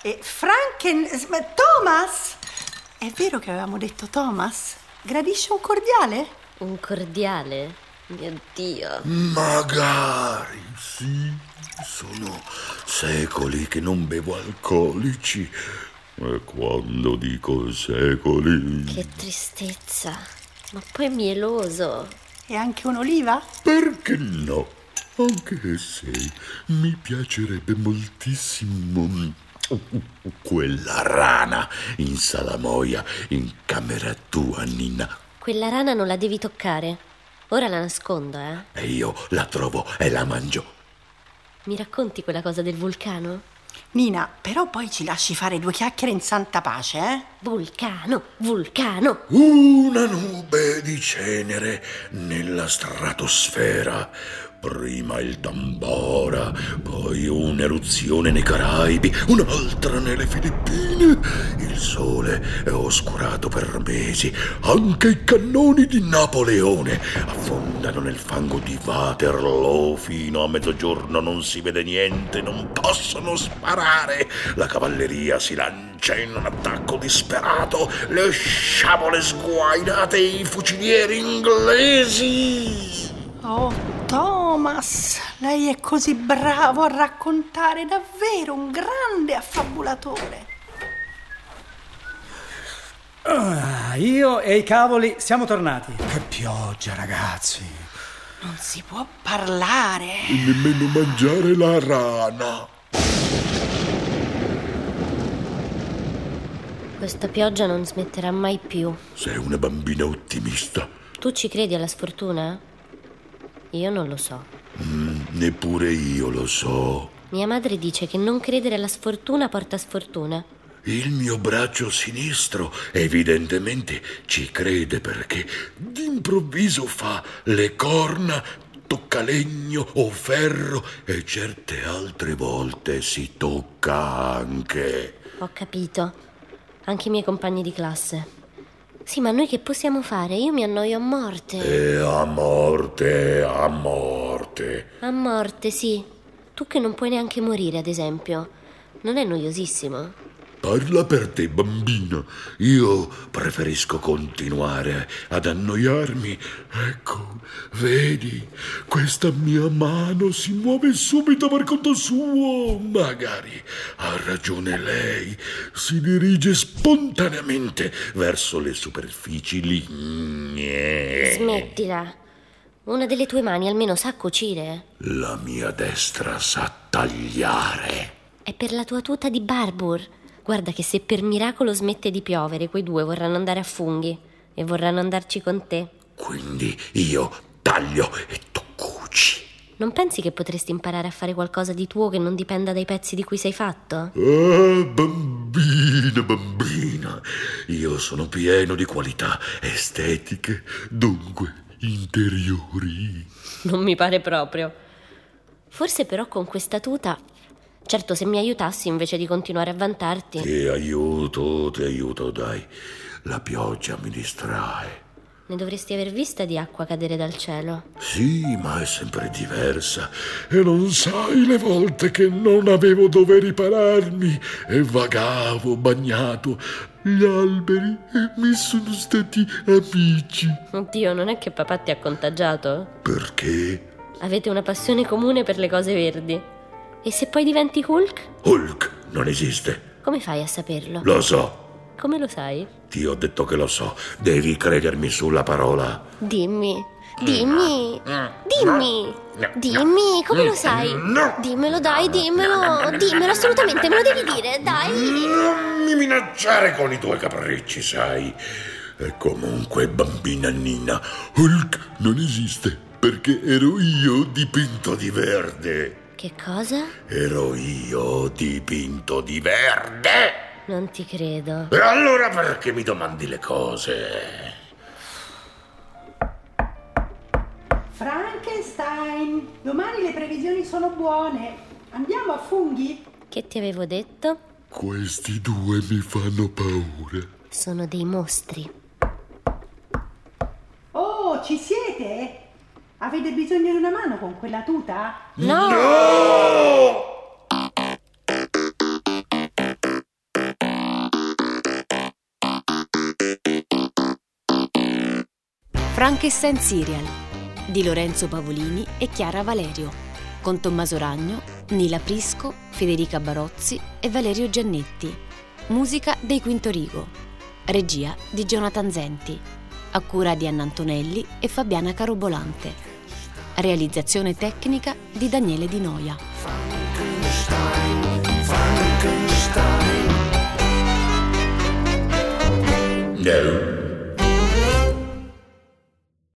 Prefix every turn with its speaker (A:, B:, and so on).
A: Thomas? È vero che avevamo detto Thomas? Gradisce un cordiale?
B: Un cordiale? Mio Dio.
C: Magari, sì. Sono secoli che non bevo alcolici. E quando dico secoli...
B: Che tristezza. Ma poi mieloso.
A: E anche un'oliva?
C: Perché no? Anche se mi piacerebbe moltissimo quella rana in salamoia in camera tua, Nina.
B: Quella rana non la devi toccare. Ora la nascondo,
C: E io la trovo e la mangio.
B: Mi racconti quella cosa del vulcano?
A: Nina, però poi ci lasci fare 2 chiacchiere in santa pace, eh?
B: Vulcano!
C: Una nube di cenere nella stratosfera. Prima il Tambora, poi un'eruzione nei Caraibi, un'altra nelle Filippine. Il sole è oscurato per mesi. Anche i cannoni di Napoleone affondano nel fango di Waterloo. Fino a mezzogiorno non si vede niente, non possono sparare. La cavalleria si lancia in un attacco disperato. Le sciabole sguainate e i fucilieri inglesi.
A: Oh, Thomas, lei è così bravo a raccontare, davvero un grande affabulatore.
D: Io e i cavoli siamo tornati. Che pioggia, ragazzi.
A: Non si può parlare.
C: Nemmeno mangiare la rana.
B: Questa pioggia non smetterà mai più.
C: Sei una bambina ottimista.
B: Tu ci credi alla sfortuna? Io non lo so.
C: Neppure io lo so.
B: Mia madre dice che non credere alla sfortuna porta sfortuna.
C: Il mio braccio sinistro evidentemente ci crede perché d'improvviso fa le corna, tocca legno o ferro e certe altre volte si tocca anche.
B: Ho capito. Anche i miei compagni di classe. Sì, ma noi che possiamo fare? Io mi annoio a morte.
C: E a morte, a morte.
B: A morte, sì. Tu che non puoi neanche morire, ad esempio. Non è noiosissimo?
C: Parla per te, bambina. Io preferisco continuare ad annoiarmi. Ecco, vedi, questa mia mano si muove subito per conto suo. Magari ha ragione lei. Si dirige spontaneamente verso le superfici lignee.
B: Smettila. Una delle tue mani almeno sa cucire.
C: La mia destra sa tagliare.
B: È per la tua tuta di Barbour. Guarda che se per miracolo smette di piovere, quei 2 vorranno andare a funghi e vorranno andarci con te.
C: Quindi io taglio e tu cuci.
B: Non pensi che potresti imparare a fare qualcosa di tuo che non dipenda dai pezzi di cui sei fatto?
C: Bambina, io sono pieno di qualità estetiche, dunque interiori.
B: Non mi pare proprio. Forse però con questa tuta... Certo, se mi aiutassi invece di continuare a vantarti.
C: Ti aiuto, dai. La pioggia mi distrae.
B: Ne dovresti aver vista di acqua cadere dal cielo.
C: Sì, ma è sempre diversa. E non sai le volte che non avevo dove ripararmi e vagavo bagnato. Gli alberi mi sono stati amici.
B: Oddio, non è che papà ti ha contagiato?
C: Perché?
B: Avete una passione comune per le cose verdi. E se poi diventi Hulk?
C: Hulk non esiste.
B: Come fai a saperlo?
C: Lo so.
B: Come lo sai?
C: Ti ho detto che lo so. Devi credermi sulla parola.
B: Dimmi, come lo sai? Dimmelo, dai, dimmelo, assolutamente, me lo devi dire, dai.
C: Non mi minacciare con i tuoi capricci, sai. E comunque, bambina Nina, Hulk non esiste perché ero io dipinto di verde.
B: Che cosa?
C: Ero io dipinto di verde.
B: Non ti credo.
C: E allora perché mi domandi le cose?
A: Frankenstein, domani le previsioni sono buone. Andiamo a funghi?
B: Che ti avevo detto?
C: Questi 2 mi fanno paura.
B: Sono dei mostri.
A: Oh, ci siete? Avete bisogno di una mano con quella tuta?
B: No!
E: Frankenstein Serial di Lorenzo Pavolini e Chiara Valerio, con Tommaso Ragno, Nila Prisco, Federica Barozzi e Valerio Giannetti. Musica dei Quinto Rigo. Regia di Jonathan Zenti. A cura di Anna Antonelli e Fabiana Carobolante. Realizzazione tecnica di Daniele Di Noia.
C: No.